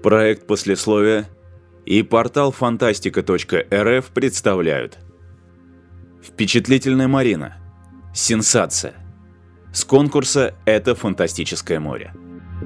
Проект «Послесловие» и портал фантастика.рф представляют. Впечатлительная Марина. Сенсация. С конкурса «Это фантастическое море».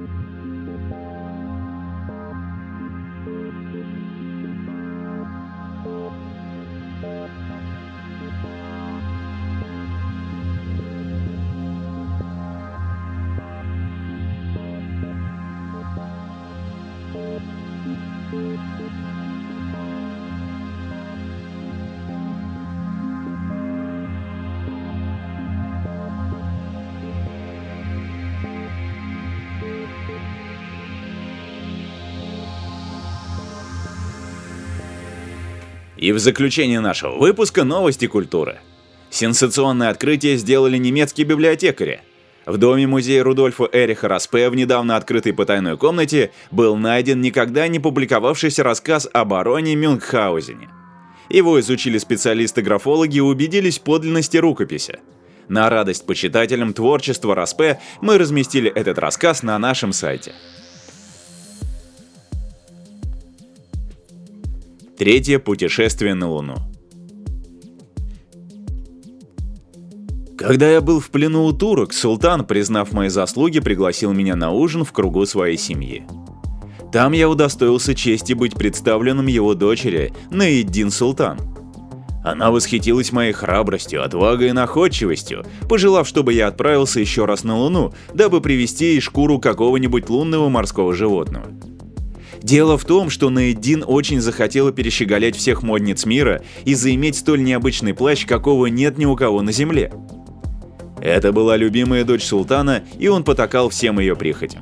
И в заключение нашего выпуска новости культуры. Сенсационное открытие сделали немецкие библиотекари. В доме музея Рудольфа Эриха Распе в недавно открытой потайной комнате был найден никогда не публиковавшийся рассказ о бароне Мюнхгаузене. Его изучили специалисты-графологи и убедились в подлинности рукописи. На радость почитателям творчества Распе мы разместили этот рассказ на нашем сайте. Третье путешествие на Луну. Когда я был в плену у турок, султан, признав мои заслуги, пригласил меня на ужин в кругу своей семьи. Там я удостоился чести быть представленным его дочери Наиддин Султан. Она восхитилась моей храбростью, отвагой и находчивостью, пожелав, чтобы я отправился еще раз на Луну, дабы привезти ей шкуру какого-нибудь лунного морского животного. Дело в том, что Наиддин очень захотела перещеголять всех модниц мира и заиметь столь необычный плащ, какого нет ни у кого на земле. Это была любимая дочь султана, и он потакал всем ее прихотям.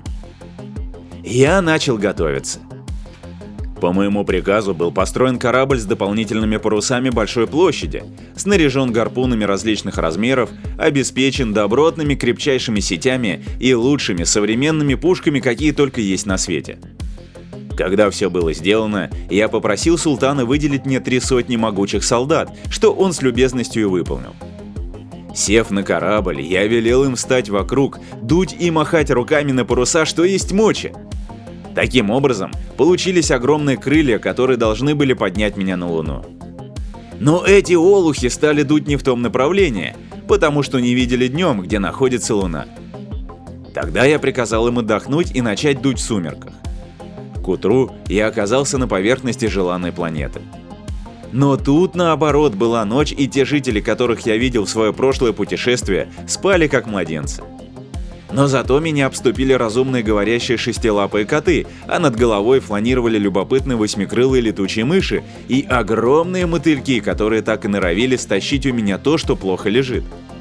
Я начал готовиться. По моему приказу был построен корабль с дополнительными парусами большой площади, снаряжен гарпунами различных размеров, обеспечен добротными крепчайшими сетями и лучшими современными пушками, какие только есть на свете. Когда все было сделано, я попросил султана выделить мне 300 могучих солдат, что он с любезностью и выполнил. Сев на корабль, я велел им встать вокруг, дуть и махать руками на паруса, что есть мочи. Таким образом, получились огромные крылья, которые должны были поднять меня на Луну. Но эти олухи стали дуть не в том направлении, потому что не видели днем, где находится Луна. Тогда я приказал им отдохнуть и начать дуть в сумерках. К утру я оказался на поверхности желанной планеты. Но тут, наоборот, была ночь, и те жители, которых я видел в свое прошлое путешествие, спали как младенцы. Но зато меня обступили разумные говорящие шестилапые коты, а над головой фланировали любопытные восьмикрылые летучие мыши и огромные мотыльки, которые так и норовили стащить у меня то, что плохо лежит.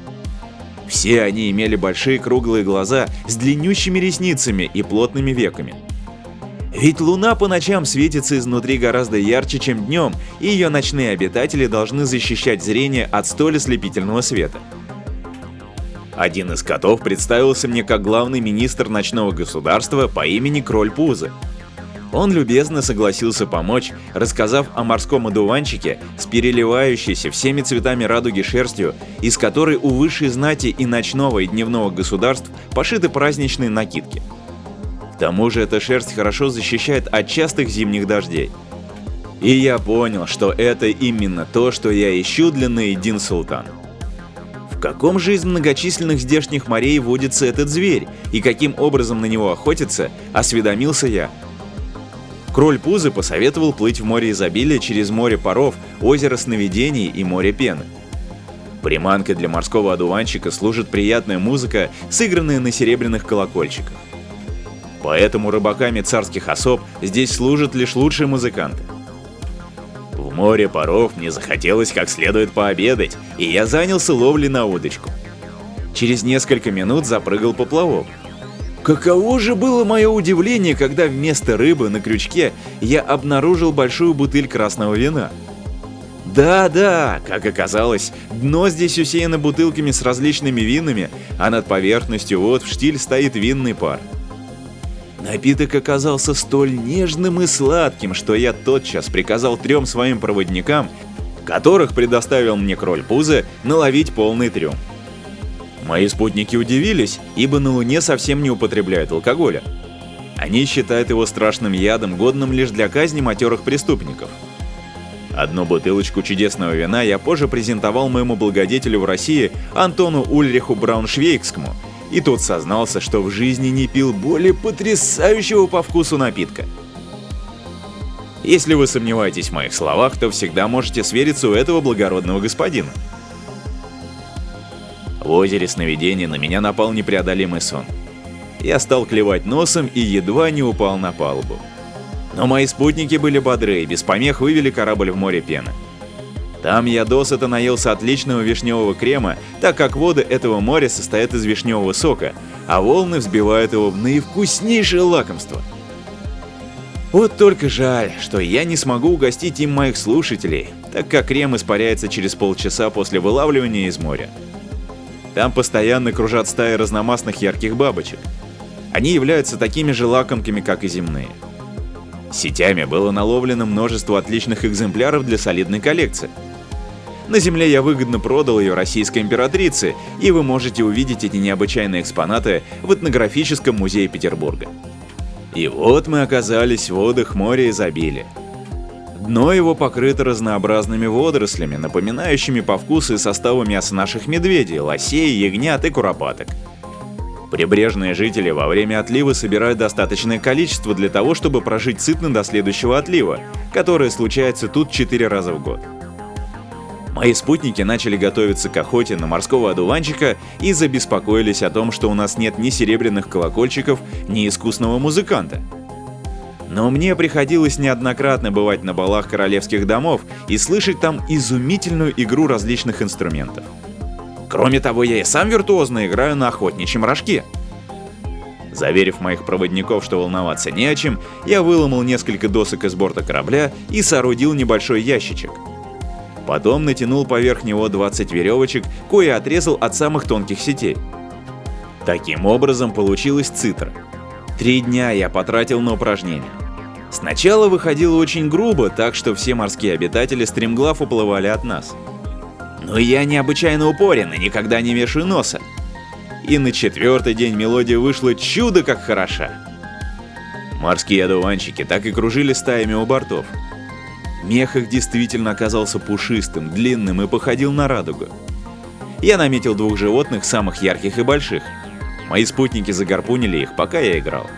Все они имели большие круглые глаза с длиннющими ресницами и плотными веками. Ведь Луна по ночам светится изнутри гораздо ярче, чем днем, и ее ночные обитатели должны защищать зрение от столь ослепительного света. Один из котов представился мне как главный министр ночного государства по имени Кроль Пузы. Он любезно согласился помочь, рассказав о морском одуванчике с переливающейся всеми цветами радуги шерстью, из которой у высшей знати и ночного, и дневного государств пошиты праздничные накидки. К тому же эта шерсть хорошо защищает от частых зимних дождей. И я понял, что это именно то, что я ищу для Наиддин Султан. В каком же из многочисленных здешних морей водится этот зверь, и каким образом на него охотиться, осведомился я. Кроль Пузы посоветовал плыть в море изобилия через море паров, озеро сновидений и море пены. Приманкой для морского одуванчика служит приятная музыка, сыгранная на серебряных колокольчиках. Поэтому рыбаками царских особ здесь служат лишь лучшие музыканты. В море паров мне захотелось как следует пообедать, и я занялся ловлей на удочку. Через несколько минут запрыгал поплавок. Каково же было мое удивление, когда вместо рыбы на крючке я обнаружил большую бутыль красного вина. Да-да, как оказалось, дно здесь усеяно бутылками с различными винами, а над поверхностью вот в штиль стоит винный пар. Напиток оказался столь нежным и сладким, что я тотчас приказал 3 своим проводникам, которых предоставил мне Кроль Пузы, наловить полный трюм. Мои спутники удивились, ибо на Луне совсем не употребляют алкоголя. Они считают его страшным ядом, годным лишь для казни матерых преступников. Одну бутылочку чудесного вина я позже презентовал моему благодетелю в России Антону Ульриху Брауншвейгскому, и тот сознался, что в жизни не пил более потрясающего по вкусу напитка. Если вы сомневаетесь в моих словах, то всегда можете свериться у этого благородного господина. В озере сновидений на меня напал непреодолимый сон. Я стал клевать носом и едва не упал на палубу. Но мои спутники были бодры и без помех вывели корабль в море пены. Там я досыта наелся отличного вишневого крема, так как воды этого моря состоят из вишневого сока, а волны взбивают его в наивкуснейшее лакомство. Вот только жаль, что я не смогу угостить им моих слушателей, так как крем испаряется через полчаса после вылавливания из моря. Там постоянно кружат стаи разномастных ярких бабочек. Они являются такими же лакомками, как и земные. Сетями было наловлено множество отличных экземпляров для солидной коллекции. На земле я выгодно продал ее российской императрице, и вы можете увидеть эти необычайные экспонаты в этнографическом музее Петербурга. И вот мы оказались в водах моря изобилия. Дно его покрыто разнообразными водорослями, напоминающими по вкусу и составу мяса наших медведей, лосей, ягнят и куропаток. Прибрежные жители во время отлива собирают достаточное количество для того, чтобы прожить сытно до следующего отлива, которое случается тут 4 раза в год. Мои спутники начали готовиться к охоте на морского одуванчика и забеспокоились о том, что у нас нет ни серебряных колокольчиков, ни искусного музыканта. Но мне приходилось неоднократно бывать на балах королевских домов и слышать там изумительную игру различных инструментов. Кроме того, я и сам виртуозно играю на охотничьем рожке. Заверив моих проводников, что волноваться не о чем, я выломал несколько досок из борта корабля и соорудил небольшой ящичек. Потом натянул поверх него 20 веревочек, кое отрезал от самых тонких сетей. Таким образом получилась цитра. 3 дня я потратил на упражнения. Сначала выходило очень грубо, так что все морские обитатели стремглав уплывали от нас. Но я необычайно упорен и никогда не вешаю носа. И на 4-й день мелодия вышла чудо как хороша. Морские одуванчики так и кружили стаями у бортов. Мех их действительно оказался пушистым, длинным и походил на радугу. Я наметил 2 животных, самых ярких и больших. Мои спутники загарпунили их, пока я играл.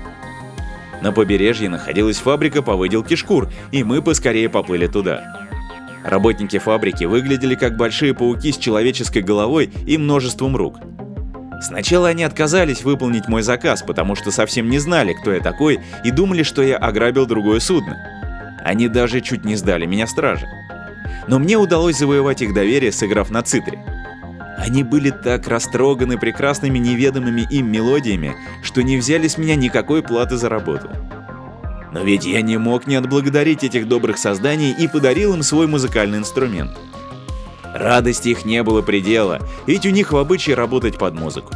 На побережье находилась фабрика по выделке шкур, и мы поскорее поплыли туда. Работники фабрики выглядели как большие пауки с человеческой головой и множеством рук. Сначала они отказались выполнить мой заказ, потому что совсем не знали, кто я такой, и думали, что я ограбил другое судно. Они даже чуть не сдали меня страже. Но мне удалось завоевать их доверие, сыграв на цитре. Они были так растроганы прекрасными неведомыми им мелодиями, что не взяли с меня никакой платы за работу. Но ведь я не мог не отблагодарить этих добрых созданий и подарил им свой музыкальный инструмент. Радости их не было предела, ведь у них в обычае работать под музыку.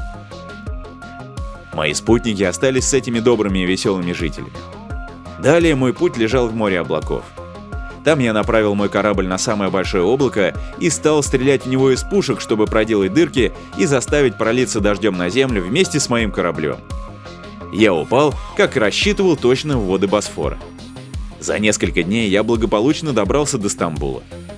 Мои спутники остались с этими добрыми и веселыми жителями. Далее мой путь лежал в море облаков. Там я направил мой корабль на самое большое облако и стал стрелять в него из пушек, чтобы проделать дырки и заставить пролиться дождем на землю вместе с моим кораблем. Я упал, как и рассчитывал, точно в воды Босфора. За несколько дней я благополучно добрался до Стамбула.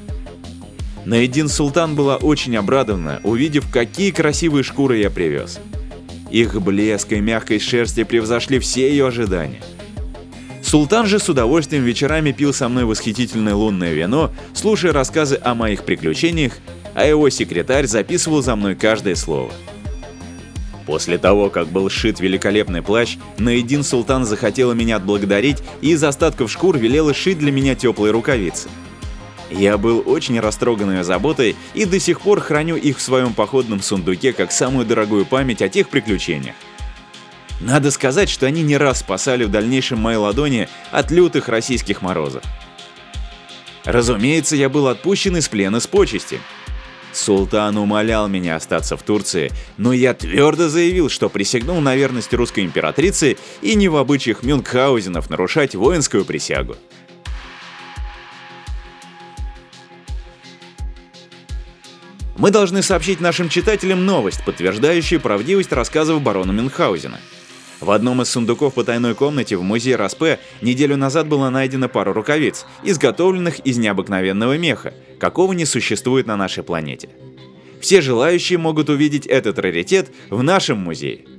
Наэддин Султан была очень обрадована, увидев, какие красивые шкуры я привез. Их блеск и мягкость шерсти превзошли все ее ожидания. Султан же с удовольствием вечерами пил со мной восхитительное лунное вино, слушая рассказы о моих приключениях, а его секретарь записывал за мной каждое слово. После того, как был сшит великолепный плащ, Наэддин Султан захотела меня отблагодарить и из остатков шкур велела сшить для меня теплые рукавицы. Я был очень растроган ее заботой и до сих пор храню их в своем походном сундуке как самую дорогую память о тех приключениях. Надо сказать, что они не раз спасали в дальнейшем мои ладони от лютых российских морозов. Разумеется, я был отпущен из плена с почестями. Султан умолял меня остаться в Турции, но я твердо заявил, что присягнул на верность русской императрице и не в обычаях Мюнхгаузенов нарушать воинскую присягу. Мы должны сообщить нашим читателям новость, подтверждающую правдивость рассказов барона Мюнхгаузена. В одном из сундуков потайной комнате в музее Распе неделю назад была найдена пара рукавиц, изготовленных из необыкновенного меха, какого не существует на нашей планете. Все желающие могут увидеть этот раритет в нашем музее.